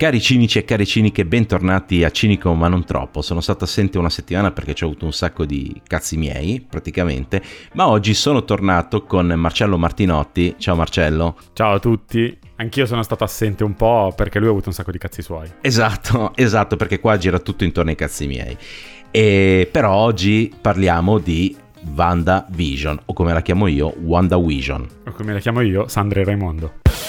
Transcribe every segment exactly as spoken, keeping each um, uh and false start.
Cari cinici e cari ciniche, bentornati a Cinico ma non troppo. Sono stato assente una settimana perché ci ho avuto un sacco di cazzi miei, praticamente, ma oggi sono tornato con Marcello Martinotti. Ciao Marcello. Ciao a tutti. Anch'io sono stato assente un po' perché lui ha avuto un sacco di cazzi suoi. Esatto, esatto, perché qua gira tutto intorno ai cazzi miei. E però oggi parliamo di WandaVision, o come la chiamo io, WandaVision. O come la chiamo io, Sandra e Raimondo.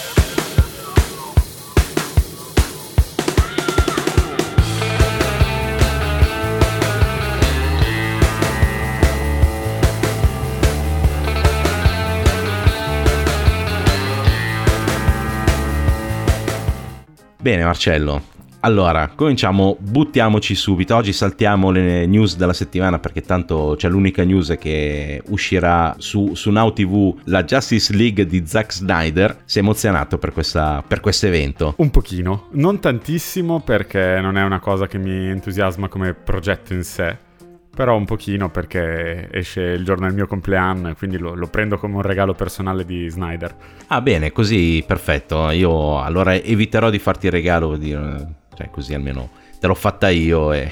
Bene Marcello, allora cominciamo, buttiamoci subito. Oggi saltiamo le news della settimana perché tanto c'è l'unica news che uscirà su, su Now T V, la Justice League di Zack Snyder. Sei emozionato per questa per questo evento? Un pochino, non tantissimo perché non è una cosa che mi entusiasma come progetto in sé, però un pochino perché esce il giorno del mio compleanno e quindi lo, lo prendo come un regalo personale di Snyder. Ah bene, così perfetto. Io allora eviterò di farti il regalo, di, cioè così almeno te l'ho fatta io e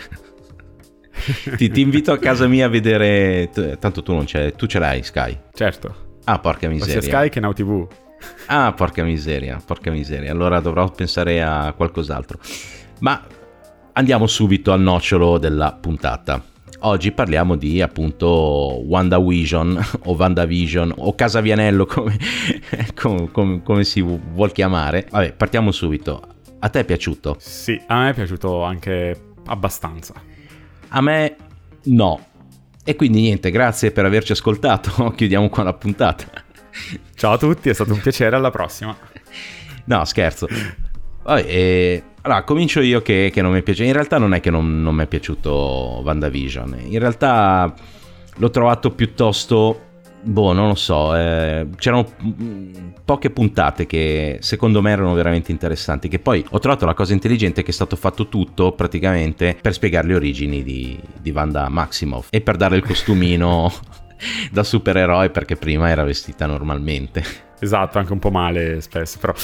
ti, ti invito a casa mia a vedere. Tanto tu non c'è, tu ce l'hai Sky? Certo. Ah porca miseria. Sia Sky che Now T V. Ah porca miseria, porca miseria. Allora dovrò pensare a qualcos'altro. Ma andiamo subito al nocciolo della puntata. Oggi parliamo di appunto WandaVision o WandaVision o Casavianello come, come, come, come si vuol chiamare. Vabbè, partiamo subito. A te è piaciuto? Sì, a me è piaciuto anche abbastanza. A me no. E quindi niente, grazie per averci ascoltato. Chiudiamo qua la puntata. Ciao a tutti, è stato un piacere, alla prossima. No, scherzo. Vabbè, eh, allora comincio io che, che non mi piace. In realtà non è che non, non mi è piaciuto WandaVision. In realtà l'ho trovato piuttosto, boh, non lo so, eh, c'erano poche puntate che secondo me erano veramente interessanti. Che poi ho trovato la cosa intelligente che è stato fatto tutto praticamente per spiegare le origini di, di Wanda Maximoff e per dare il costumino da supereroe, perché prima era vestita normalmente. Esatto, anche un po' male spesso, però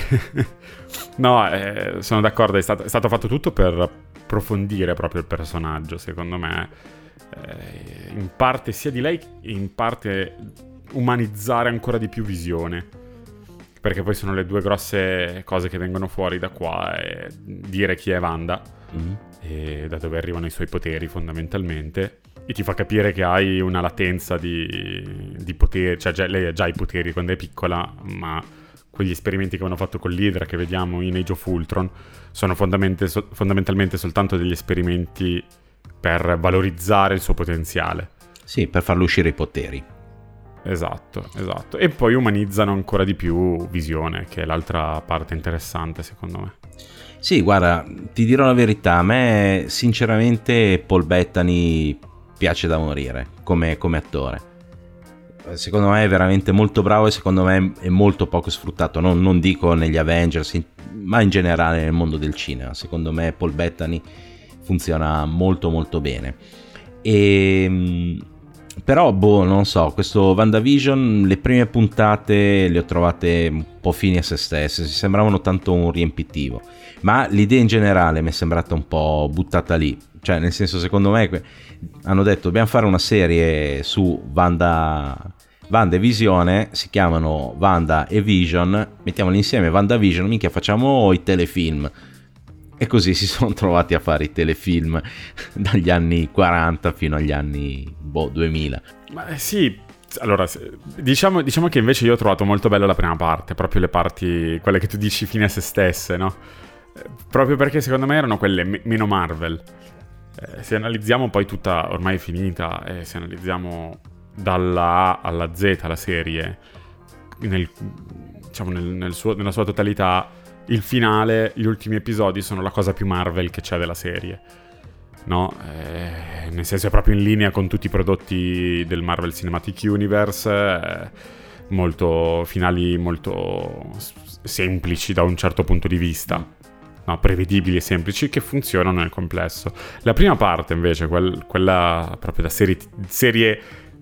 no, eh, sono d'accordo, è stato, è stato fatto tutto per approfondire proprio il personaggio, secondo me, eh, in parte sia di lei, in parte umanizzare ancora di più Visione, perché poi sono le due grosse cose che vengono fuori da qua, e dire chi è Wanda, mm-hmm. e da dove arrivano i suoi poteri fondamentalmente. E ti fa capire che hai una latenza di, di poteri, cioè già, lei ha già i poteri quando è piccola, ma quegli esperimenti che hanno fatto con l'Hydra che vediamo in Age of Ultron sono fondamentalmente, so, fondamentalmente soltanto degli esperimenti per valorizzare il suo potenziale. Sì, per farlo uscire i poteri. Esatto, esatto. E poi umanizzano ancora di più Visione, che è l'altra parte interessante secondo me. Sì, guarda, ti dirò la verità, a me sinceramente Paul Bettany piace da morire come, come attore. Secondo me è veramente molto bravo e secondo me è molto poco sfruttato, non, non dico negli Avengers, in, ma in generale nel mondo del cinema. Secondo me Paul Bettany funziona molto molto bene. E però boh, non so, questo WandaVision, le prime puntate le ho trovate un po' fini a se stesse, si sembravano tanto un riempitivo, ma l'idea in generale mi è sembrata un po' buttata lì. Cioè, nel senso, secondo me hanno detto dobbiamo fare una serie su Wanda, Wanda e Visione, si chiamano Wanda e Vision, mettiamoli insieme WandaVision, minchia, facciamo i telefilm. E così si sono trovati a fare i telefilm dagli anni quaranta fino agli anni boh, duemila. Ma eh, sì, allora diciamo, diciamo che invece io ho trovato molto bella la prima parte, proprio le parti, quelle che tu dici fine a se stesse, no? Eh, proprio perché secondo me erano quelle me- meno Marvel. Eh, se analizziamo poi tutta, ormai è finita, e eh, se analizziamo dalla A alla Z la serie, nel, diciamo nel, nel suo, nella sua totalità, il finale, gli ultimi episodi sono la cosa più Marvel che c'è della serie, no? Eh, nel senso è proprio in linea con tutti i prodotti del Marvel Cinematic Universe, eh, molto finali molto semplici da un certo punto di vista, no? Prevedibili e semplici, che funzionano nel complesso. La prima parte invece, quel, quella proprio da serie, serie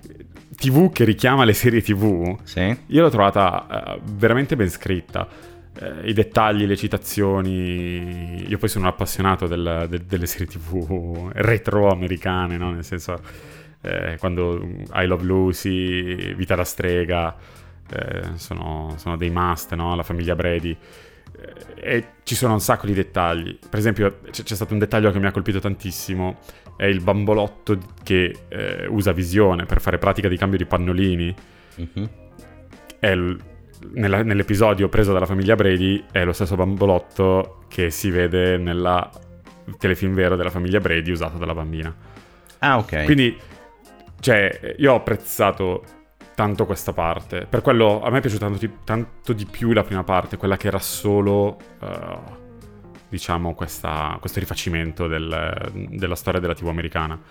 tivù che richiama le serie tivù, sì. Io l'ho trovata uh, veramente ben scritta. eh, i dettagli, le citazioni. Io poi sono un appassionato del, de, delle serie tv retro americane, no? Nel senso, eh, quando I Love Lucy, Vita da strega, eh, sono, sono dei must, no? La famiglia Brady. E ci sono un sacco di dettagli. Per esempio c- c'è stato un dettaglio che mi ha colpito tantissimo, è il bambolotto che eh, usa Visione per fare pratica di cambio di pannolini. Mm-hmm. È l- nella- nell'episodio preso dalla famiglia Brady è lo stesso bambolotto che si vede nel telefilm vero della famiglia Brady usato dalla bambina. Ah, ok. Quindi cioè io ho apprezzato tanto questa parte. Per quello a me è piaciuta tanto di, tanto di più la prima parte, quella che era solo uh, diciamo questa, questo rifacimento del, della storia della tivù americana,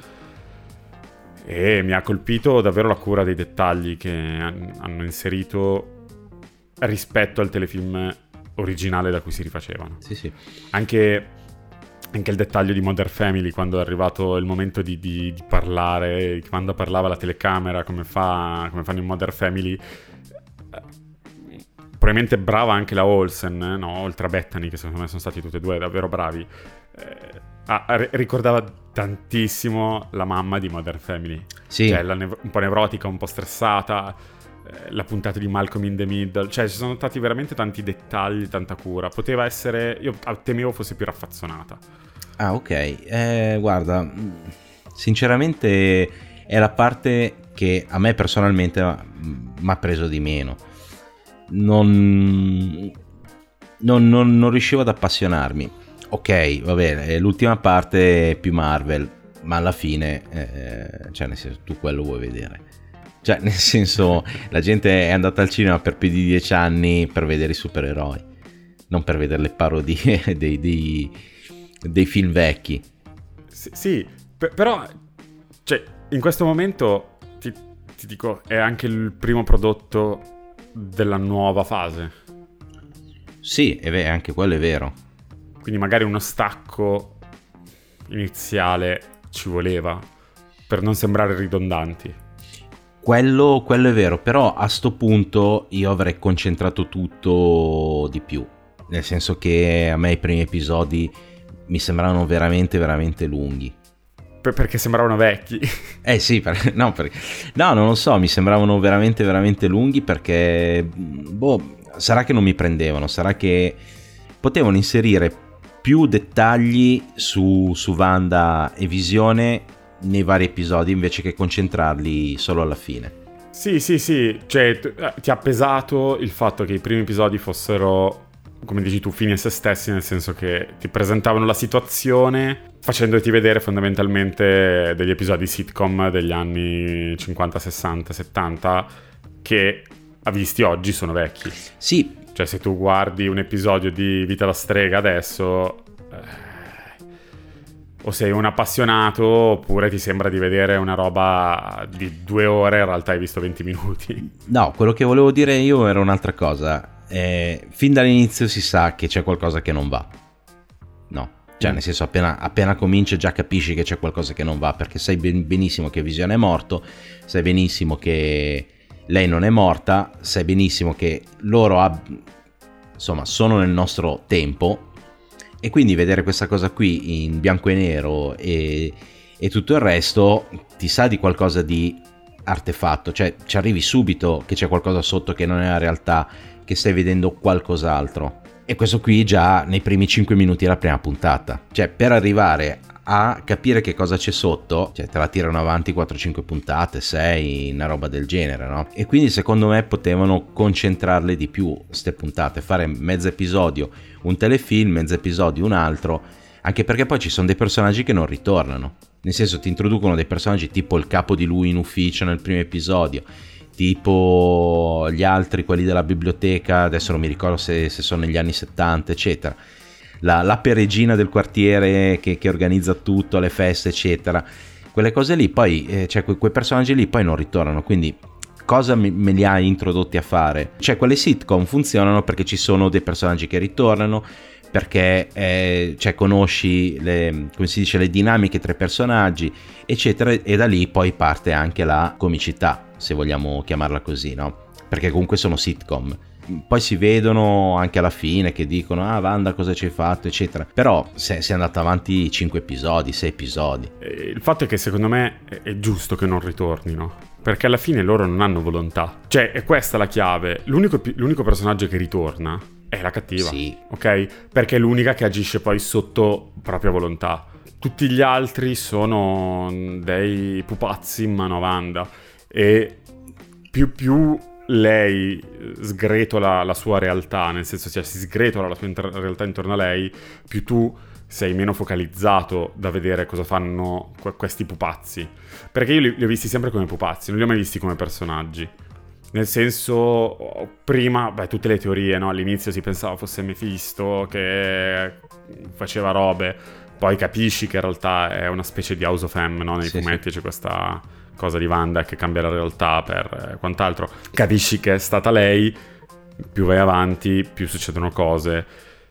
e mi ha colpito davvero la cura dei dettagli che han, hanno inserito rispetto al telefilm originale da cui si rifacevano. Sì, sì. Anche Anche il dettaglio di Modern Family, quando è arrivato il momento di, di, di parlare, quando parlava la telecamera, come, fa, come fanno in Modern Family. Probabilmente brava anche la Olsen, eh, no? Oltre a Bethany, che secondo me sono stati tutti e due davvero bravi. Eh, ah, ricordava tantissimo la mamma di Modern Family. Sì. Cioè, la nev- un po' nevrotica, un po' stressata. Eh, la puntata di Malcolm in the Middle. Cioè, ci sono stati veramente tanti dettagli, tanta cura. Poteva essere... Io temevo fosse più raffazzonata. Ah, ok. Eh, guarda, sinceramente è la parte che a me personalmente mi ha preso di meno. Non, non, non, non riuscivo ad appassionarmi. Ok, va bene, l'ultima parte è più Marvel, ma alla fine, eh, cioè nel senso, tu quello vuoi vedere. Cioè, nel senso, la gente è andata al cinema per più di dieci anni per vedere i supereroi, non per vedere le parodie dei, dei, dei film vecchi. Sì, sì, p- però, cioè, in questo momento ti, ti dico, è anche il primo prodotto della nuova fase. Sì, è ve- anche quello è vero. Quindi magari uno stacco iniziale ci voleva per non sembrare ridondanti. Quello, quello è vero, però a sto punto io avrei concentrato tutto di più, nel senso che a me i primi episodi mi sembravano veramente veramente lunghi. Per, perché sembravano vecchi. Eh sì, per, no, per, no, non lo so, mi sembravano veramente veramente lunghi perché, boh, sarà che non mi prendevano, sarà che potevano inserire più dettagli su, su Wanda e Visione nei vari episodi invece che concentrarli solo alla fine. Sì, sì, sì, cioè t- ti ha pesato il fatto che i primi episodi fossero, come dici tu, fini a se stessi, nel senso che ti presentavano la situazione facendoti vedere fondamentalmente degli episodi sitcom degli anni cinquanta, sessanta, settanta che a visti oggi sono vecchi. Sì. Cioè se tu guardi un episodio di Vita da strega adesso... Eh, o sei un appassionato oppure ti sembra di vedere una roba di due ore, in realtà hai visto venti minuti. No, quello che volevo dire io era un'altra cosa. Eh, fin dall'inizio si sa che c'è qualcosa che non va. No, cioè mm. nel senso appena, appena cominci già capisci che c'è qualcosa che non va, perché sai ben, benissimo che Visione è morto, sai benissimo che lei non è morta, sai benissimo che loro ab- insomma sono nel nostro tempo. E quindi vedere questa cosa qui in bianco e nero e, e tutto il resto ti sa di qualcosa di artefatto, cioè ci arrivi subito che c'è qualcosa sotto che non è la realtà, che stai vedendo qualcos'altro. E questo qui già nei primi cinque minuti della prima puntata, cioè per arrivare a capire che cosa c'è sotto, cioè te la tirano avanti quattro cinque puntate, sei, una roba del genere, no? E quindi secondo me potevano concentrarle di più ste puntate, fare mezzo episodio un telefilm, mezzo episodio un altro, anche perché poi ci sono dei personaggi che non ritornano, nel senso ti introducono dei personaggi tipo il capo di lui in ufficio nel primo episodio, tipo gli altri, quelli della biblioteca, adesso non mi ricordo se, se sono negli anni settanta eccetera, la, la peregina del quartiere che, che organizza tutto, le feste eccetera, quelle cose lì poi, eh, cioè que, quei personaggi lì poi non ritornano, quindi cosa me, me li hai introdotti a fare? Cioè quelle sitcom funzionano perché ci sono dei personaggi che ritornano, perché eh, cioè conosci le, come si dice, le dinamiche tra i personaggi eccetera, e da lì poi parte anche la comicità, se vogliamo chiamarla così, no? Perché comunque sono sitcom, poi si vedono anche alla fine che dicono ah Wanda cosa ci hai fatto eccetera, però se è andata avanti cinque episodi, sei episodi. Il fatto è che secondo me è giusto che non ritornino, perché alla fine loro non hanno volontà, cioè è questa la chiave. L'unico, l'unico personaggio che ritorna è la cattiva, sì. Ok? Perché è l'unica che agisce poi sotto propria volontà. Tutti gli altri sono dei pupazzi in mano a Wanda, e più più lei sgretola la sua realtà, nel senso cioè si sgretola la sua inter- realtà intorno a lei, più tu sei meno focalizzato da vedere cosa fanno que- questi pupazzi. Perché io li, li ho visti sempre come pupazzi, non li ho mai visti come personaggi. Nel senso, prima, beh, tutte le teorie, no? All'inizio si pensava fosse Mephisto che faceva robe, poi capisci che in realtà è una specie di House of M, no? Nei sì, fumetti sì. C'è questa cosa di Wanda che cambia la realtà per eh, quant'altro. Capisci che è stata lei, più vai avanti, più succedono cose.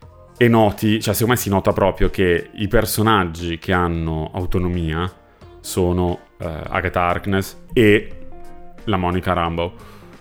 E noti, cioè secondo me si nota proprio che i personaggi che hanno autonomia sono eh, Agatha Harkness e la Monica Rambeau,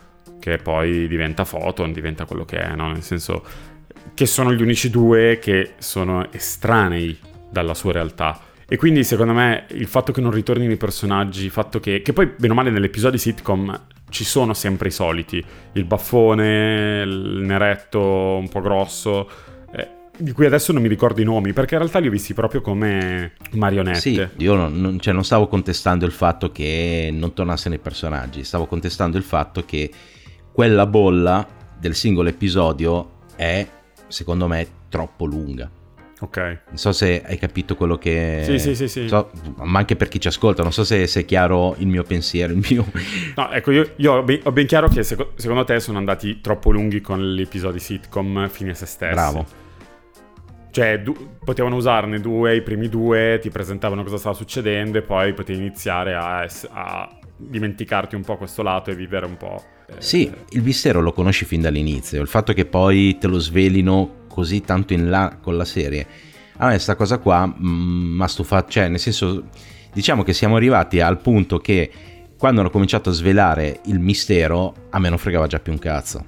che poi diventa Photon, diventa quello che è, no? Nel senso che sono gli unici due che sono estranei dalla sua realtà. E quindi secondo me il fatto che non ritornino i personaggi, il fatto che, che poi bene o male negli episodi sitcom ci sono sempre i soliti, il baffone, il neretto un po' grosso, eh, di cui adesso non mi ricordo i nomi, perché in realtà li ho visti proprio come marionette. Sì, io non, non, cioè non stavo contestando il fatto che non tornassero i personaggi, stavo contestando il fatto che quella bolla del singolo episodio è, secondo me, troppo lunga. Ok. Non so se hai capito quello che... Sì, sì, sì, sì. So, ma anche per chi ci ascolta, non so se, se è chiaro il mio pensiero, il mio... No, ecco, io, io ho, ben, ho ben chiaro che seco, secondo te sono andati troppo lunghi con gli episodi sitcom fine a se stessi. Bravo. Cioè, du- potevano usarne due, i primi due, ti presentavano cosa stava succedendo e poi potevi iniziare a, ess- a dimenticarti un po' questo lato e vivere un po'. Eh, sì, il mistero lo conosci fin dall'inizio, il fatto che poi te lo svelino così tanto in là con la serie, a me sta cosa qua mi ha stufato, cioè nel senso, diciamo che siamo arrivati al punto che quando hanno cominciato a svelare il mistero a me non fregava già più un cazzo.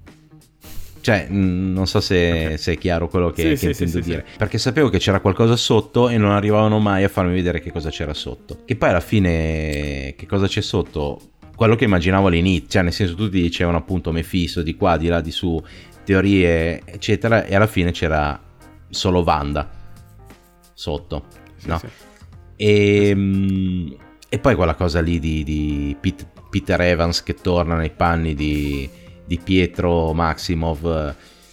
Cioè, mh, non so se, okay. se è chiaro quello che, sì, che sì, intendo sì, dire. Sì. Perché sapevo che c'era qualcosa sotto e non arrivavano mai a farmi vedere che cosa c'era sotto. Che poi alla fine, che cosa c'è sotto? Quello che immaginavo all'inizio. Cioè, nel senso, tutti dicevano appunto Mephisto, di qua, di là, di su, teorie, eccetera. E alla fine c'era solo Wanda sotto, sì, no? Sì. E, mh, e poi quella cosa lì di, di Pete, Peter Evans che torna nei panni di... di Pietro Maximov,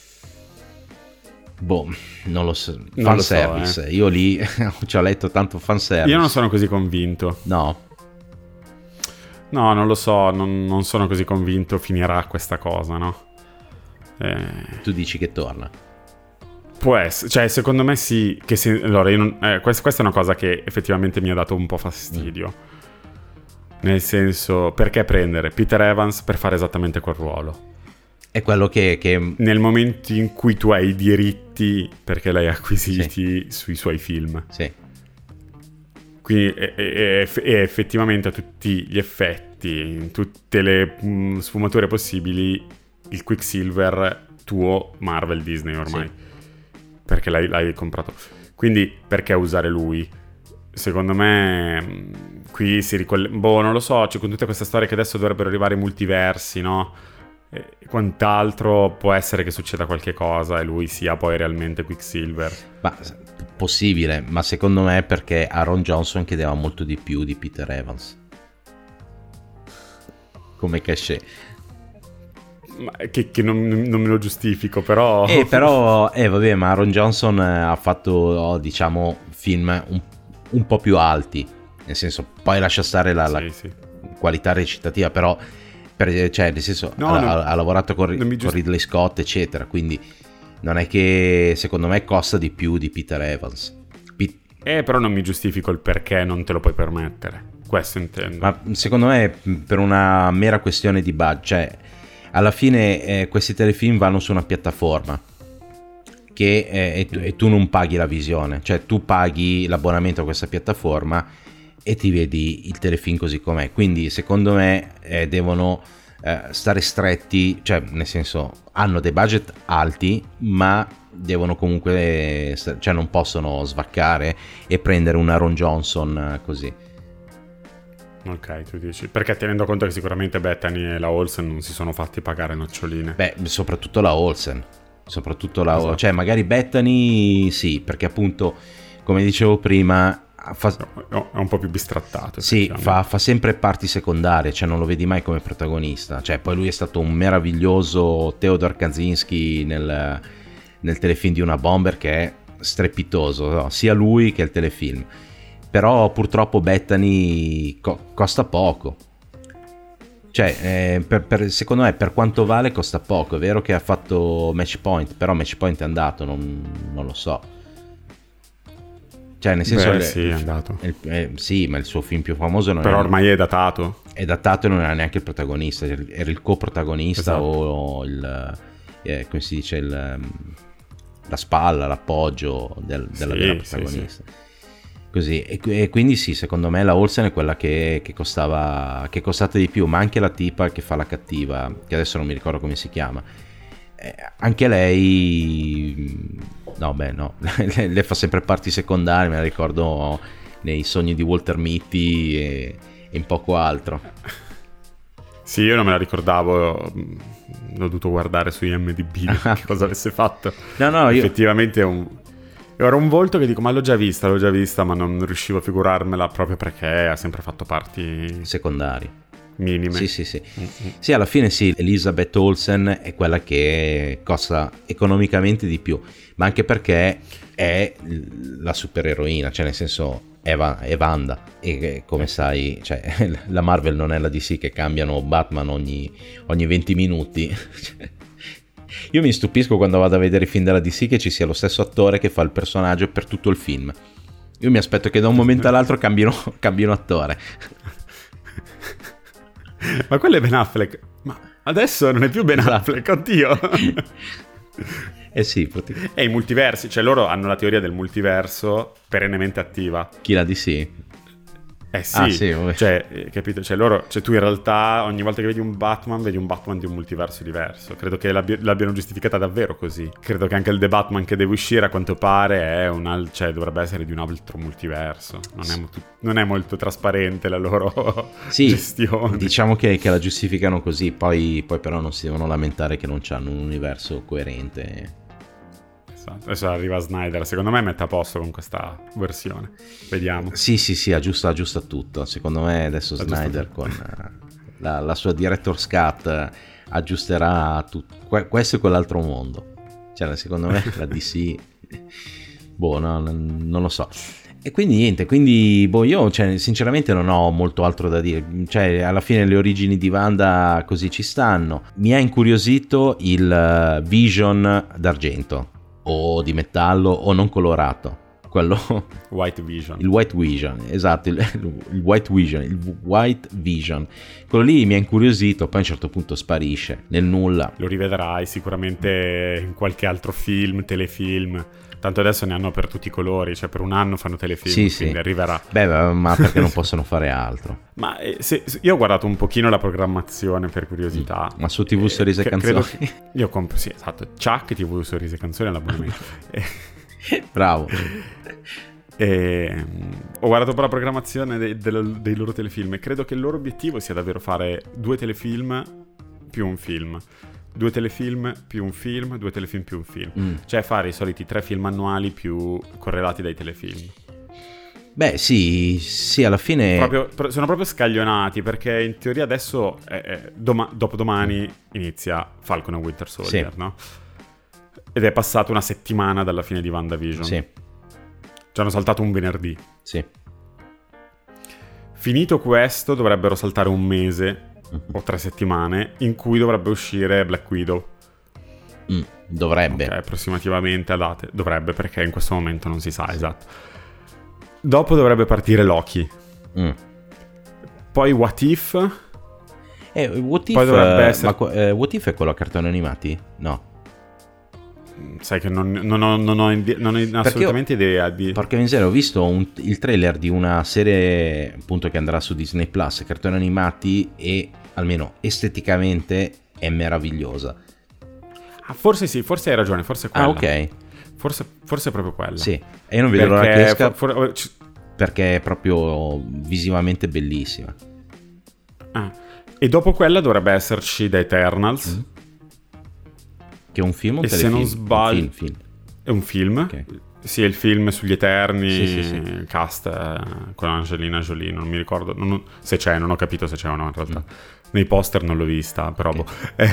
boh, non lo so, fanservice, so, eh. Io lì ci ho letto tanto fanservice. Io non sono così convinto. No? No, non lo so, non, non sono così convinto finirà questa cosa, no? Eh... Tu dici che torna? Può essere, cioè secondo me sì, che se... allora io non... eh, questa, questa è una cosa che effettivamente mi ha dato un po' fastidio. Mm. Nel senso, perché prendere Peter Evans per fare esattamente quel ruolo? È quello che, che... Nel momento in cui tu hai i diritti, perché l'hai acquisiti sì. sui suoi film. Sì. Quindi è, è, è effettivamente a tutti gli effetti, in tutte le mh, sfumature possibili, il Quicksilver tuo Marvel Disney ormai. Sì. Perché l'hai, l'hai comprato. Quindi perché usare lui? Secondo me qui si ricollega, boh, non lo so, c'è con tutte queste storie che adesso dovrebbero arrivare i multiversi, no? E quant'altro può essere che succeda qualche cosa e lui sia poi realmente Quicksilver. Ma possibile, ma secondo me è perché Aaron Johnson chiedeva molto di più di Peter Evans come cachet. Ma che, che non, non me lo giustifico, però eh però eh vabbè, ma Aaron Johnson ha fatto diciamo film un, un po' più alti, nel senso, poi lascia stare la, la sì, sì. qualità recitativa, però per, cioè nel senso no, ha, non, ha lavorato con, con giust- Ridley Scott eccetera, quindi non è che secondo me costa di più di Peter Evans. P- eh però non mi giustifico il perché non te lo puoi permettere, questo intendo. Ma secondo me per una mera questione di budget, cioè alla fine eh, questi telefilm vanno su una piattaforma che eh, e, tu, e tu non paghi la visione, cioè tu paghi l'abbonamento a questa piattaforma e ti vedi il telefilm così com'è, quindi secondo me eh, devono eh, stare stretti, cioè nel senso hanno dei budget alti, ma devono comunque, cioè non possono svaccare e prendere un Aaron Johnson così. Ok, tu dici, perché tenendo conto che sicuramente Bettany e la Olsen non si sono fatti pagare noccioline. Beh, soprattutto la Olsen, soprattutto la esatto. Cioè magari Bettany sì, perché appunto, come dicevo prima, fa... no, è un po' più bistrattato. Sì, fa, fa sempre parti secondarie, cioè non lo vedi mai come protagonista. Cioè poi lui è stato un meraviglioso Theodor Kaczynski nel, nel telefilm di Una Bomber, che è strepitoso, no? Sia lui che il telefilm. Però purtroppo Bettany co- costa poco. Cioè, eh, per, per, secondo me per quanto vale costa poco. È vero che ha fatto Match Point, però Match Point è andato, non, non lo so. Cioè, nel senso... Beh, il, sì, è andato. Il, eh, sì, ma il suo film più famoso non però è... ormai è datato. È datato e non era neanche il protagonista, era il coprotagonista, esatto. O il... Eh, come si dice, il, la spalla, l'appoggio del, della sì, vera protagonista. Sì, sì. Così, e, e quindi sì, secondo me la Olsen è quella che, che costava, che è costata di più, ma anche la tipa che fa la cattiva, che adesso non mi ricordo come si chiama, eh, anche lei, no beh no, lei, lei fa sempre parti secondarie, me la ricordo nei Sogni di Walter Mitty e, e in poco altro. Sì, io non me la ricordavo, l'ho dovuto guardare su I M D B che cosa avesse fatto. No, no, io... effettivamente è un... Era un volto che dico, ma l'ho già vista, l'ho già vista, ma non riuscivo a figurarmela proprio perché ha sempre fatto parti secondari minime. Sì, sì, sì. Mm-hmm. Sì, alla fine sì, Elizabeth Olsen è quella che costa economicamente di più, ma anche perché è la supereroina, cioè nel senso è, Va- è Wanda, e come sai, cioè, la Marvel non è la D C che cambiano Batman ogni, ogni venti minuti. Io mi stupisco quando vado a vedere i film della D C che ci sia lo stesso attore che fa il personaggio per tutto il film. Io mi aspetto che da un momento all'altro cambino, cambino attore. Ma quello è Ben Affleck. Ma adesso non è più Ben Affleck, oddio. Eh sì, praticamente. E i multiversi, cioè loro hanno la teoria del multiverso perennemente attiva. Chi la D C? Eh sì, ah, sì cioè, capito? Cioè, loro, cioè tu in realtà ogni volta che vedi un Batman, vedi un Batman di un multiverso diverso. Credo che l'abbi- l'abbiano giustificata davvero così. Credo che anche il The Batman che deve uscire, a quanto pare, è un al- cioè, dovrebbe essere di un altro multiverso. Non è, mo- non è molto trasparente la loro sì, gestione. Diciamo che, che la giustificano così, poi, poi però non si devono lamentare che non hanno un universo coerente. Adesso arriva Snyder, secondo me mette a posto con questa versione. Vediamo. Sì, sì, sì, aggiusta, aggiusta tutto. Secondo me adesso aggiusta Snyder tutto. Con la, la sua Director's Cut aggiusterà tutto. Questo e quell'altro mondo. Cioè, secondo me la D C... boh, no, non lo so. E quindi niente, quindi boh, io cioè, sinceramente non ho molto altro da dire. Cioè, alla fine le origini di Wanda così ci stanno. Mi ha incuriosito il Vision d'argento, o di metallo, o non colorato, quello White Vision, il White Vision, esatto, il, il White Vision, il White Vision, quello lì mi ha incuriosito, poi a un certo punto sparisce nel nulla. Lo rivedrai sicuramente in qualche altro film, telefilm, tanto adesso ne hanno per tutti i colori, cioè per un anno fanno telefilm, sì, quindi sì. arriverà. Beh, ma perché non possono fare altro? Ma eh, se, se, io ho guardato un pochino la programmazione per curiosità. Ma su T V Sorrisi e eh, Canzoni? Che, io compro, sì, esatto, Chuck T V Sorrisi e Canzoni all'abbonamento. Bravo. E, ho guardato un po' la programmazione dei, dei, dei loro telefilm e credo che il loro obiettivo sia davvero fare due telefilm più un film. Due telefilm più un film, due telefilm più un film. Mm. Cioè fare i soliti tre film annuali più correlati dai telefilm. Beh sì, sì, alla fine... Proprio, sono proprio scaglionati perché in teoria adesso, eh, eh, doma- dopodomani inizia Falcon and Winter Soldier, sì. No? Ed è passata una settimana dalla fine di WandaVision. Sì. Ci hanno saltato un venerdì. Sì. Finito questo dovrebbero saltare un mese o tre settimane in cui dovrebbe uscire Black Widow. Mm, dovrebbe. Ok, approssimativamente a date. Dovrebbe, perché in questo momento non si sa, esatto. Dopo dovrebbe partire Loki. Mm. Poi What If. Eh, What If, Poi dovrebbe essere... ma, eh, What If è quello a cartoni animati? No. Sai che non, non ho, non ho, indi- non ho assolutamente io, idea di... Porca miseria, ho visto un, il trailer di una serie appunto che andrà su Disney Plus, cartoni animati, e almeno esteticamente, è meravigliosa. Ah, forse sì, forse hai ragione, forse è quella. Ah, ok. Forse, forse è proprio quella. Sì, e io non vedo l'ora Perché che esca, for- for- c- perché è proprio visivamente bellissima. ah. E dopo quella dovrebbe esserci The Eternals. Mm. Che è un film o un E se telefilm? non sbaglio- Un film, film. È un film. Ok. Sì, è il film sugli Eterni, Sì, sì, sì. cast eh, con Angelina Jolie, non mi ricordo non, se c'è, non ho capito se c'è o no in realtà. Mm. Nei poster non l'ho vista, però Ok. boh. Eh,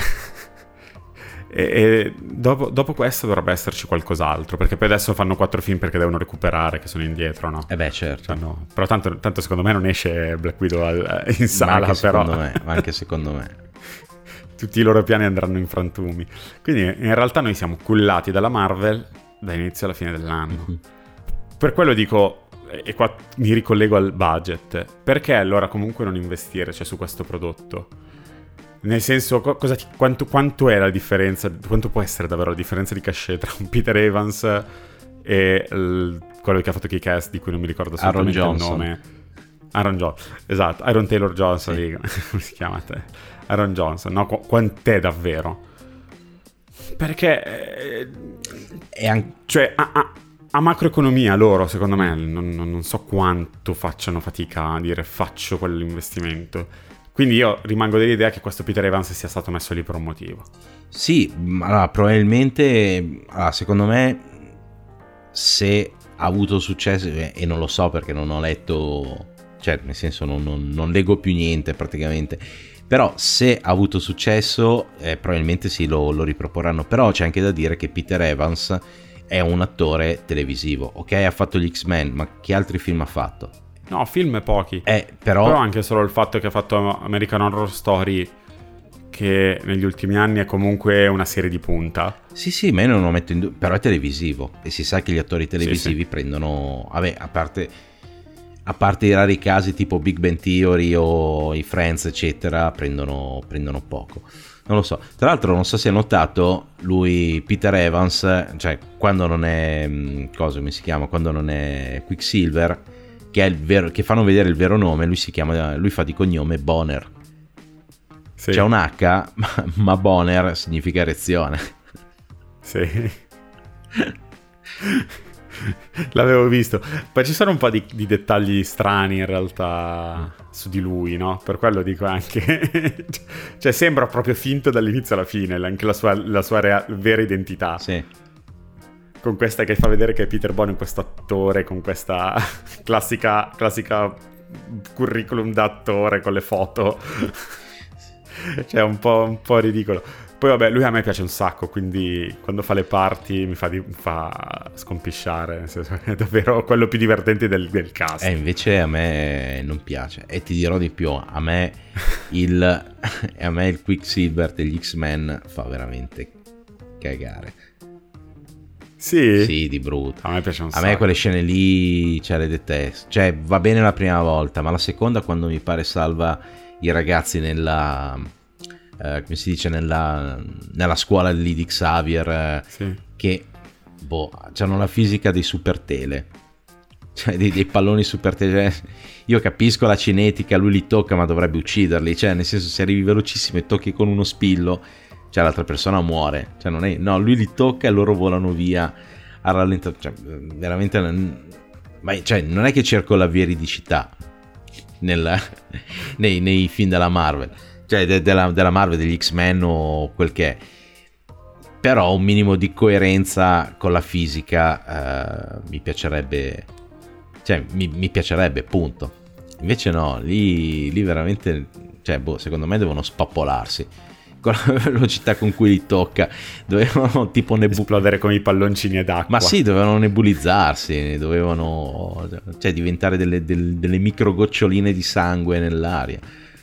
e, e dopo, dopo questo dovrebbe esserci qualcos'altro, perché poi adesso fanno quattro film perché devono recuperare, che sono indietro, no? Eh beh, certo. Cioè, no. Però tanto, tanto secondo me non esce Black Widow al- in Ma sala, anche però secondo me, ma anche secondo me. tutti i loro piani andranno in frantumi. Quindi in realtà noi siamo cullati dalla Marvel da inizio alla fine dell'anno. Mm-hmm. Per quello dico, e qua mi ricollego al budget, perché allora comunque non investire, cioè, su questo prodotto? Nel senso, co- cosa ti- quanto, quanto è la differenza, quanto può essere davvero la differenza di cachet tra un Peter Evans e il- quello che ha fatto Kick-Ass, di cui non mi ricordo Aaron assolutamente il Johnson. nome. Aaron Johnson, esatto, Aaron Taylor Johnson, Sì. lì, come si chiama te? Aaron Johnson, no? Qu- quant'è davvero? Perché, eh, E anche... cioè, a, a- a macroeconomia loro, secondo me, non, non- non so quanto facciano fatica a dire faccio quell'investimento. Quindi io rimango dell'idea che questo Peter Evans sia stato messo lì per un motivo. Sì, allora, probabilmente, allora, secondo me, se ha avuto successo, e non lo so perché non ho letto, cioè nel senso non, non- non leggo più niente praticamente, però se ha avuto successo eh, probabilmente sì, lo, lo riproporranno. Però c'è anche da dire che Peter Evans è un attore televisivo, ok? Ha fatto gli X-Men, ma che altri film ha fatto? No, film pochi. Eh, però... Però anche solo il fatto che ha fatto American Horror Story, che negli ultimi anni è comunque una serie di punta. Sì, sì, ma io non lo metto in dubbio, però è televisivo e si sa che gli attori televisivi Sì, sì. prendono, vabbè, a parte, a parte i rari casi tipo Big Bang Theory o i Friends, eccetera, prendono, prendono poco. Non lo so. Tra l'altro non so se hai notato, lui, Peter Evans, cioè quando non è, mh, cosa come si chiama, quando non è Quicksilver, che, è il vero, che fanno vedere il vero nome, lui si chiama, lui fa di cognome Bonner. Sì. C'è un H, ma, ma Bonner significa erezione. Sì. L'avevo visto. Poi ci sono un po' di, di dettagli strani in realtà su di lui, no? Per quello dico anche... cioè sembra proprio finto dall'inizio alla fine, anche la sua, la sua rea- vera identità. Sì. Con questa che fa vedere che è Peter Bonner, questo attore, con questa classica, classica curriculum da attore con le foto. Cioè un po', un po' ridicolo. Poi vabbè, lui a me piace un sacco, quindi quando fa le party mi fa, di, mi fa scompisciare, nel senso che è davvero quello più divertente del, del cast. E invece a me non piace, e ti dirò di più, a me il, a me il Quicksilver degli X-Men fa veramente cagare. Sì? Sì, di brutto. A me piace un A sacco. me quelle scene lì, cioè, le detesto. Cioè, va bene la prima volta, ma la seconda, quando mi pare salva i ragazzi nella... eh, come si dice, nella, nella scuola lì di Xavier, eh, Sì. che, boh, hanno la fisica dei super tele. Cioè, dei, dei palloni super tele. Io capisco la cinetica, lui li tocca, ma dovrebbe ucciderli. Cioè, nel senso, se arrivi velocissimo e tocchi con uno spillo, cioè l'altra persona muore. Cioè non è, no, lui li tocca e loro volano via a rallentare. Cioè, veramente, ma, cioè, non è che cerco la veridicità nel, nei, nei film della Marvel, cioè de, della, della Marvel, degli X-Men o quel che è, però un minimo di coerenza con la fisica eh, mi piacerebbe, cioè mi, mi piacerebbe, punto. Invece no, lì, lì veramente, cioè, boh, secondo me devono spappolarsi con la velocità con cui li tocca. Dovevano tipo nebu- esplodere come i palloncini d'acqua. Ma sì, dovevano nebulizzarsi, dovevano, cioè, diventare delle, delle, delle micro goccioline di sangue nell'aria.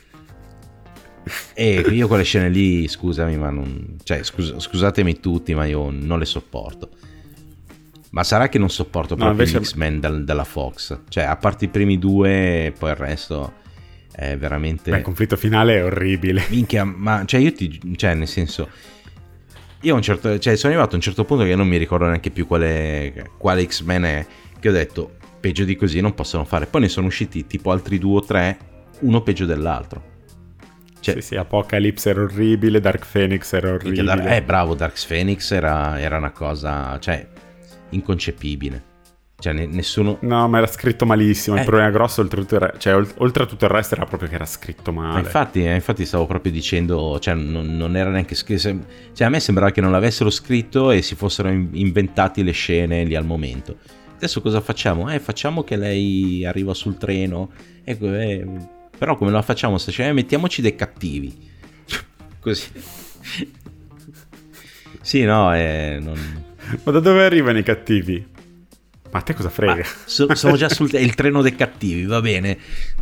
E io quelle scene lì, scusami, ma non, cioè, scus- scusatemi tutti, ma io non le sopporto. Ma sarà che non sopporto No, proprio invece... gli X-Men dal, dalla Fox. Cioè, a parte i primi due, e poi il resto è veramente... Beh, il conflitto finale è orribile. Minchia, ma cioè io ti... Cioè, nel senso... Io a un certo... Cioè, sono arrivato a un certo punto che non mi ricordo neanche più quale, quale X-Men è, che ho detto, peggio di così non possono fare. Poi ne sono usciti tipo altri due o tre, uno peggio dell'altro. Cioè, sì, sì, Apocalypse era orribile, Dark Phoenix era orribile. Dar- eh, bravo, Dark Phoenix era, era una cosa, cioè, inconcepibile. Cioè, ne- nessuno... No, ma era scritto malissimo. Eh. Il problema grosso, oltre tutto il, re- cioè, ol- oltre a tutto il resto, era proprio che era scritto male. Ma infatti, eh, infatti stavo proprio dicendo, cioè, non, non era neanche scritto. Cioè, a me sembrava che non l'avessero scritto e si fossero in- inventati le scene lì al momento. Adesso cosa facciamo? Eh, facciamo che lei arriva sul treno. Ecco, eh, però come la facciamo sta scena? Eh, mettiamoci dei cattivi. Così. Sì, no, eh, non... Ma da dove arrivano i cattivi? Ma a te cosa frega? Ma so, sono già sul il treno dei cattivi, va bene.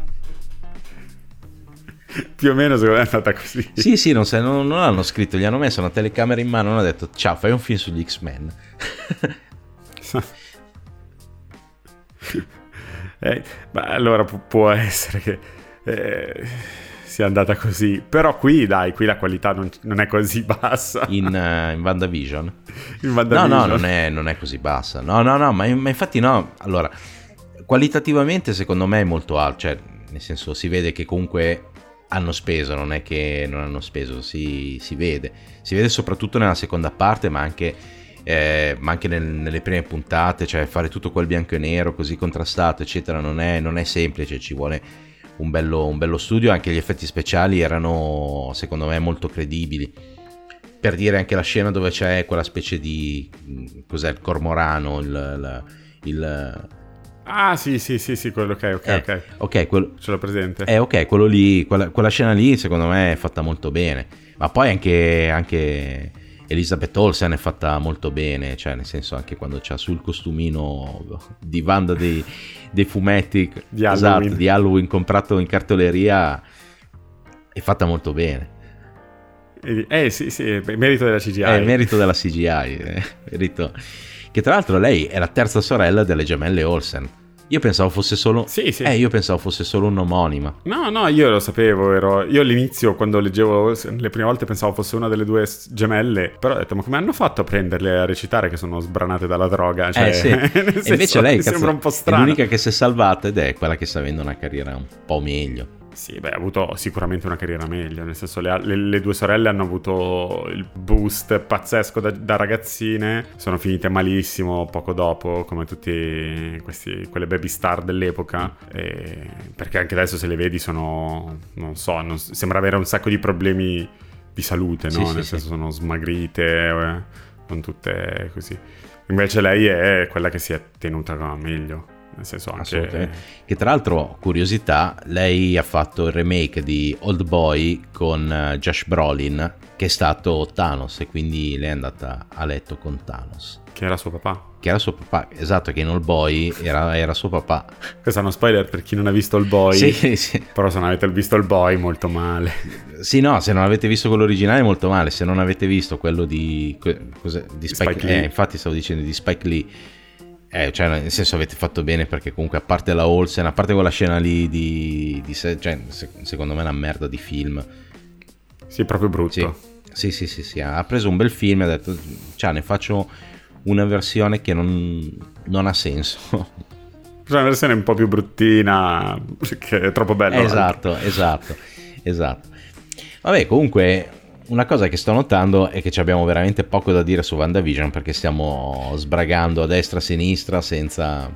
Più o meno secondo me è andata così. Sì, sì, non, sai, non, non hanno scritto, gli hanno messo una telecamera in mano e hanno detto ciao, fai un film sugli X-Men. eh, ma allora pu- può essere che eh, sia andata così. Però qui, dai, qui la qualità non, non è così bassa. In, uh, in WandaVision? In WandaVision. No, no, non è, non è così bassa. No, no, no, ma, ma infatti no. Allora, qualitativamente secondo me è molto alto. Cioè, nel senso, si vede che comunque hanno speso, non è che non hanno speso, si, si vede. Si vede soprattutto nella seconda parte, ma anche, eh, ma anche nel, nelle prime puntate. Cioè, fare tutto quel bianco e nero così contrastato, eccetera, non è, non è semplice, ci vuole un bello, un bello studio. Anche gli effetti speciali erano, secondo me, molto credibili. Per dire, anche la scena dove c'è quella specie di, cos'è, il cormorano, il... il, il Ah, sì, sì, sì, sì, quello, ok, ok, eh, ok. Ok, quello... Ce l'ho presente. Eh, ok, quello lì, quella, quella scena lì, secondo me, è fatta molto bene. Ma poi anche, anche Elizabeth Olsen è fatta molto bene, cioè, nel senso, anche quando c'ha sul costumino di Wanda dei, dei fumetti di esatto, Halloween. di Halloween comprato in cartoleria, è fatta molto bene. Eh sì, sì, è merito della C G I. È il merito della C G I, eh, merito... Che tra l'altro lei è la terza sorella delle gemelle Olsen. Io pensavo fosse solo... Sì, sì. Eh, io pensavo fosse solo un'omonima. No, no, io lo sapevo, ero... Io all'inizio, quando leggevo le prime volte, pensavo fosse una delle due gemelle, però ho detto, ma come hanno fatto a prenderle a recitare che sono sbranate dalla droga? Cioè, eh, sì. nel E senso, invece lei, mi cazzo, sembra un po' è strano. l'unica che si è salvata ed è quella che sta avendo una carriera un po' meglio. Sì, beh, ha avuto sicuramente una carriera meglio, nel senso le, le, le due sorelle hanno avuto il boost pazzesco da, da ragazzine, sono finite malissimo poco dopo, come tutti questi, quelle baby star dell'epoca, e perché anche adesso se le vedi sono, non so, non, sembra avere un sacco di problemi di salute, no? Sì, nel sì, senso sì. sono smagrite, eh, non tutte così. Invece lei è quella che si è tenuta meglio. Nel senso anche... Che tra l'altro, curiosità, lei ha fatto il remake di Old Boy con uh, Josh Brolin, che è stato Thanos, e quindi lei è andata a letto con Thanos. Che era suo papà. Che era suo papà, esatto, che in Old Boy era, era suo papà. Questo è uno spoiler per chi non ha visto Old Boy. Sì, sì. Però se non avete visto Old Boy, molto male. Sì, no, se non avete visto quello originale molto male, se non avete visto quello di, cos'è, di Spike, Spike Lee. Eh, infatti stavo dicendo di Spike Lee. Eh, cioè, nel senso, avete fatto bene, perché comunque, a parte la Olsen, a parte quella scena lì di, di cioè, secondo me è una merda di film. Sì, proprio brutto. Sì, sì, sì, sì, sì. Ha preso un bel film e ha detto, cioè, ne faccio una versione che non, non ha senso. Una versione un po' più bruttina, che è troppo bella. Esatto, anche. esatto, esatto. Vabbè, comunque, una cosa che sto notando è che ci abbiamo veramente poco da dire su WandaVision, perché stiamo sbragando a destra e a sinistra senza...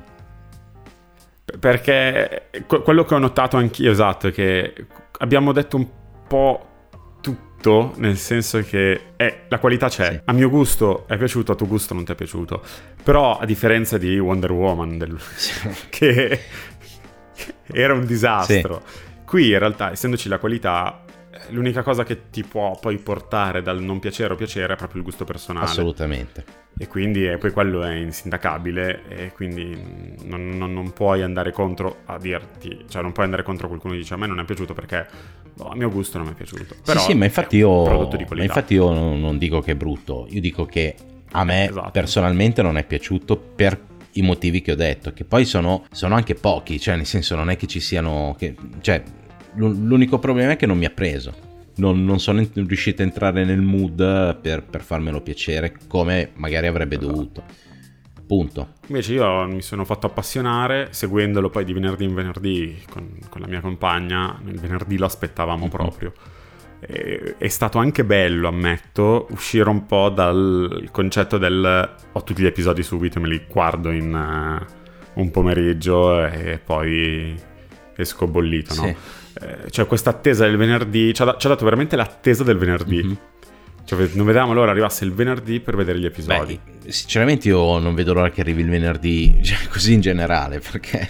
Perché quello che ho notato anch'io, esatto, è che abbiamo detto un po' tutto, nel senso che eh, la qualità c'è. Sì. A mio gusto è piaciuto, a tuo gusto non ti è piaciuto. Però, a differenza di Wonder Woman, del... sì. che era un disastro, sì. Qui in realtà, essendoci la qualità, l'unica cosa che ti può poi portare dal non piacere o piacere è proprio il gusto personale. Assolutamente. E quindi e poi quello è insindacabile, e quindi non, non, non puoi andare contro a dirti, cioè non puoi andare contro qualcuno che dice a me non è piaciuto perché boh, a mio gusto non mi è piaciuto. Però sì, sì, ma infatti io, prodotto di ma infatti io non, non dico che è brutto, io dico che a me esatto. personalmente non è piaciuto per i motivi che ho detto, che poi sono, sono anche pochi, cioè nel senso non è che ci siano, che, cioè l'unico problema è che non mi ha preso. Non, non sono riuscito a entrare nel mood per, per farmelo piacere come magari avrebbe dovuto. Punto. Invece io mi sono fatto appassionare seguendolo poi di venerdì in venerdì con, con la mia compagna. Il venerdì lo aspettavamo mm-hmm. proprio. è, è stato anche bello, ammetto, uscire un po' dal concetto del ho tutti gli episodi subito e me li guardo in uh, un pomeriggio e poi esco bollito, no? Sì. Eh, cioè questa attesa del venerdì ci ha, ci ha dato veramente l'attesa del venerdì. Mm-hmm. Cioè, non vedevamo l'ora arrivasse il venerdì per vedere gli episodi. Beh, sinceramente io non vedo l'ora che arrivi il venerdì, cioè, così in generale, perché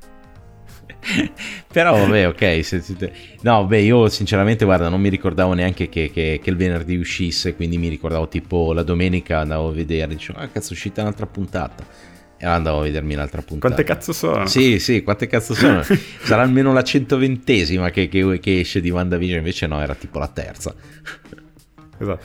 però vabbè, ok, se, se, no, beh, io sinceramente guarda, non mi ricordavo neanche che, che, che il venerdì uscisse, quindi mi ricordavo tipo la domenica andavo a vedere, dicevo, ah cazzo, è uscita un'altra puntata, e andavo a vedermi un'altra puntata. Quante cazzo sono? Sì, sì, quante cazzo sono? Sarà almeno la centoventesima che, che, che esce di WandaVision, invece no, era tipo la terza. Esatto.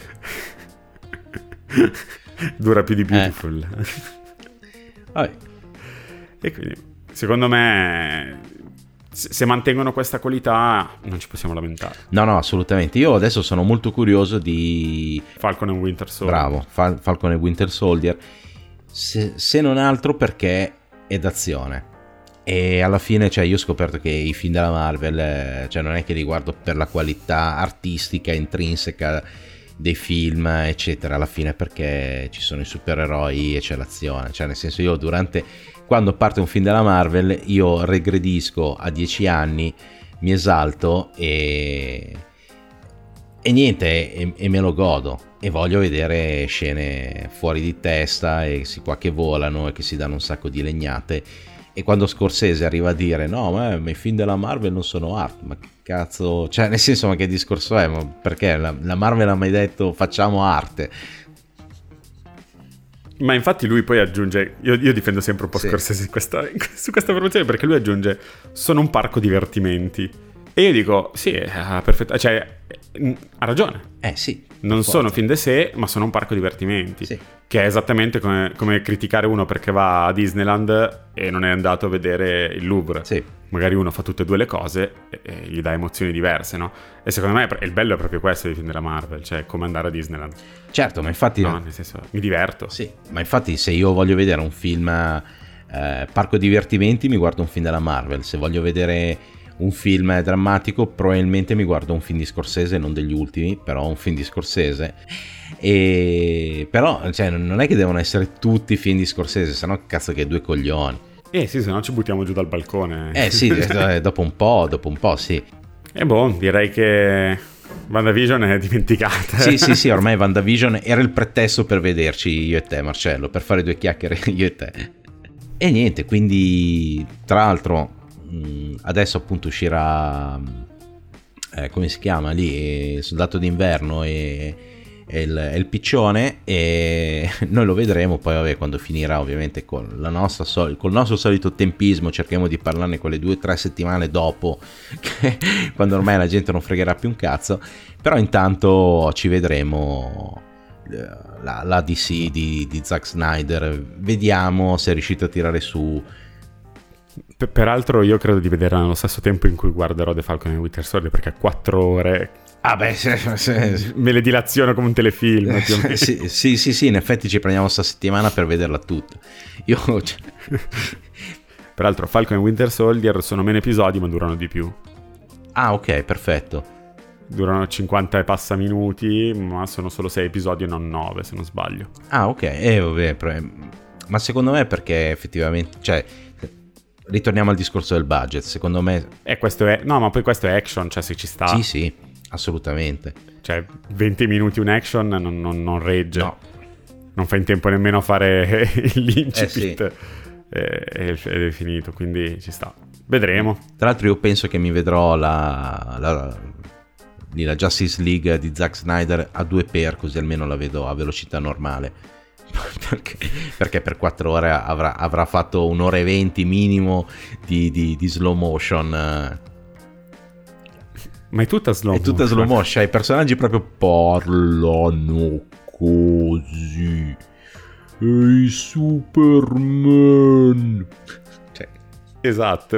Dura più di Beautiful. Eh. Vabbè. E quindi, secondo me, se mantengono questa qualità, non ci possiamo lamentare. No, no, assolutamente. Io adesso sono molto curioso di Falcon e Winter Soldier. Bravo, Fal- Falcon e Winter Soldier. Se, se non altro perché è d'azione. E alla fine, cioè, io ho scoperto che i film della Marvel, cioè, non è che li guardo per la qualità artistica intrinseca dei film eccetera, alla fine perché ci sono i supereroi e c'è l'azione, cioè nel senso, io durante quando parte un film della Marvel io regredisco a dieci anni, mi esalto e e niente e, e me lo godo, e voglio vedere scene fuori di testa e si qua che volano e che si danno un sacco di legnate. E quando Scorsese arriva a dire no, ma, ma i film della Marvel non sono art, ma che cazzo, cioè nel senso, ma che discorso è? Ma perché la, la Marvel ha mai detto facciamo arte? Ma infatti lui poi aggiunge, io, io difendo sempre un po' sì. Scorsese in questa, su questa promozione, perché lui aggiunge sono un parco divertimenti, e io dico sì, è perfetto, cioè ha ragione. Eh sì. Non sono film de sé, ma sono un parco divertimenti. Sì. Che è esattamente come, come criticare uno perché va a Disneyland e non è andato a vedere il Louvre. Sì. Magari uno fa tutte e due le cose e, e gli dà emozioni diverse, no? E secondo me il bello è proprio questo dei film della Marvel, cioè come andare a Disneyland. Certo, ma infatti... No, nel senso, mi diverto. Sì, ma infatti se io voglio vedere un film eh, parco divertimenti, mi guardo un film della Marvel. Se voglio vedere un film drammatico, probabilmente mi guardo un film di Scorsese, non degli ultimi, però un film di Scorsese. E però, cioè, non è che devono essere tutti film di Scorsese, sennò cazzo che due coglioni. Eh sì, se no ci buttiamo giù dal balcone. Eh sì, dopo un po', dopo un po' sì. E boh, direi che WandaVision è dimenticata. Sì, sì, sì, ormai WandaVision era il pretesto per vederci io e te, Marcello, per fare due chiacchiere io e te. E niente, quindi, tra l'altro, adesso appunto uscirà, eh, come si chiama lì, Soldato d'inverno e, e, il, e il Piccione, e noi lo vedremo poi, vabbè, quando finirà, ovviamente con la nostra sol- col nostro solito tempismo cerchiamo di parlarne quelle due o tre settimane dopo, che, quando ormai la gente non fregherà più un cazzo, però intanto ci vedremo la, la D C di, di Zack Snyder, vediamo se è riuscito a tirare su. Peraltro io credo di vederla nello stesso tempo in cui guarderò The Falcon e Winter Soldier, perché a quattro ore ah beh, se, se, me le dilaziono come un telefilm. Eh, sì, sì, sì, sì, in effetti ci prendiamo sta settimana per vederla tutta. Io cioè... Peraltro Falcon e Winter Soldier sono meno episodi ma durano di più. Ah ok, perfetto. Durano cinquanta e passa minuti, ma sono solo sei episodi e non nove, se non sbaglio. Ah ok, eh, vabbè, ma secondo me è perché effettivamente, cioè, ritorniamo al discorso del budget, secondo me. E questo è, no, ma poi questo è action, cioè se ci sta. Sì, sì, assolutamente. Cioè venti minuti un action non, non, non regge. No. Non fa in tempo nemmeno a fare l'incipit. Eh, sì. Ed è finito, quindi ci sta. Vedremo. Tra l'altro io penso che mi vedrò la, la, la Justice League di Zack Snyder a due per, così almeno la vedo a velocità normale. Perché, perché per quattro ore avrà, avrà fatto un'ora e venti minimo di, di, di slow motion. Ma è tutta slow è motion. È tutta slow motion. I personaggi proprio parlano così. Ehi Superman. Cioè, esatto.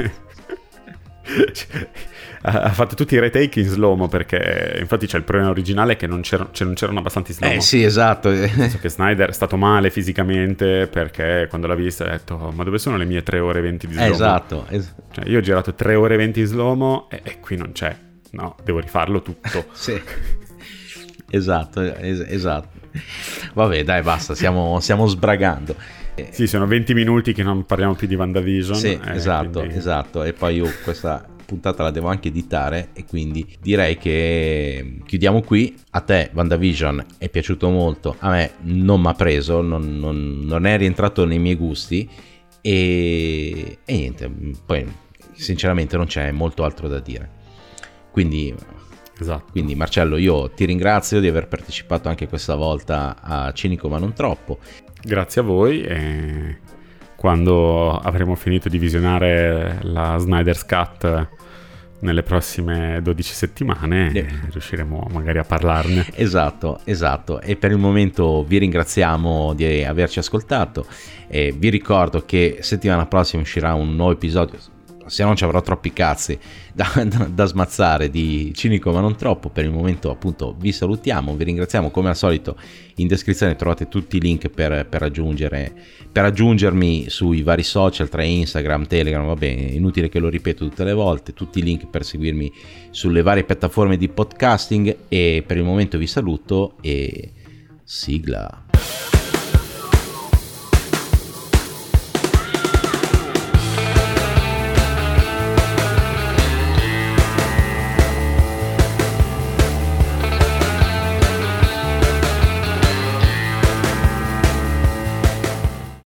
Ha fatto tutti i retake in slow-mo, perché infatti c'è il problema originale che non c'erano, cioè non c'erano abbastanza slow-mo. Eh sì, esatto. Penso che Snyder è stato male fisicamente, perché quando l'ha vista ha detto ma dove sono le mie tre ore e venti di slow-mo? Esatto, es- cioè io ho girato tre ore e venti di slow-mo e, e qui non c'è. no, devo rifarlo tutto. Sì, esatto, es- esatto. Vabbè, dai, basta, stiamo, stiamo sbragando. Sì, sono venti minuti che non parliamo più di WandaVision. Sì, eh, esatto, quindi... esatto. E poi io questa puntata la devo anche editare e quindi direi che chiudiamo qui. A te WandaVision è piaciuto molto, a me non mi ha preso, non, non, non è rientrato nei miei gusti e, e niente, poi sinceramente non c'è molto altro da dire. Quindi... Esatto. Quindi Marcello, io ti ringrazio di aver partecipato anche questa volta a Cinico ma non troppo. Grazie a voi e quando avremo finito di visionare la Snyder's Cut nelle prossime dodici settimane yeah. riusciremo magari a parlarne. Esatto, esatto. E per il momento vi ringraziamo di averci ascoltato e vi ricordo che settimana prossima uscirà un nuovo episodio, se non ci avrò troppi cazzi da, da, da smazzare, di Cinico ma non troppo. Per il momento appunto vi salutiamo, vi ringraziamo, come al solito in descrizione trovate tutti i link per, per raggiungere per raggiungermi sui vari social, tra Instagram, Telegram, vabbè, inutile che lo ripeto tutte le volte, tutti i link per seguirmi sulle varie piattaforme di podcasting. E per il momento vi saluto e sigla.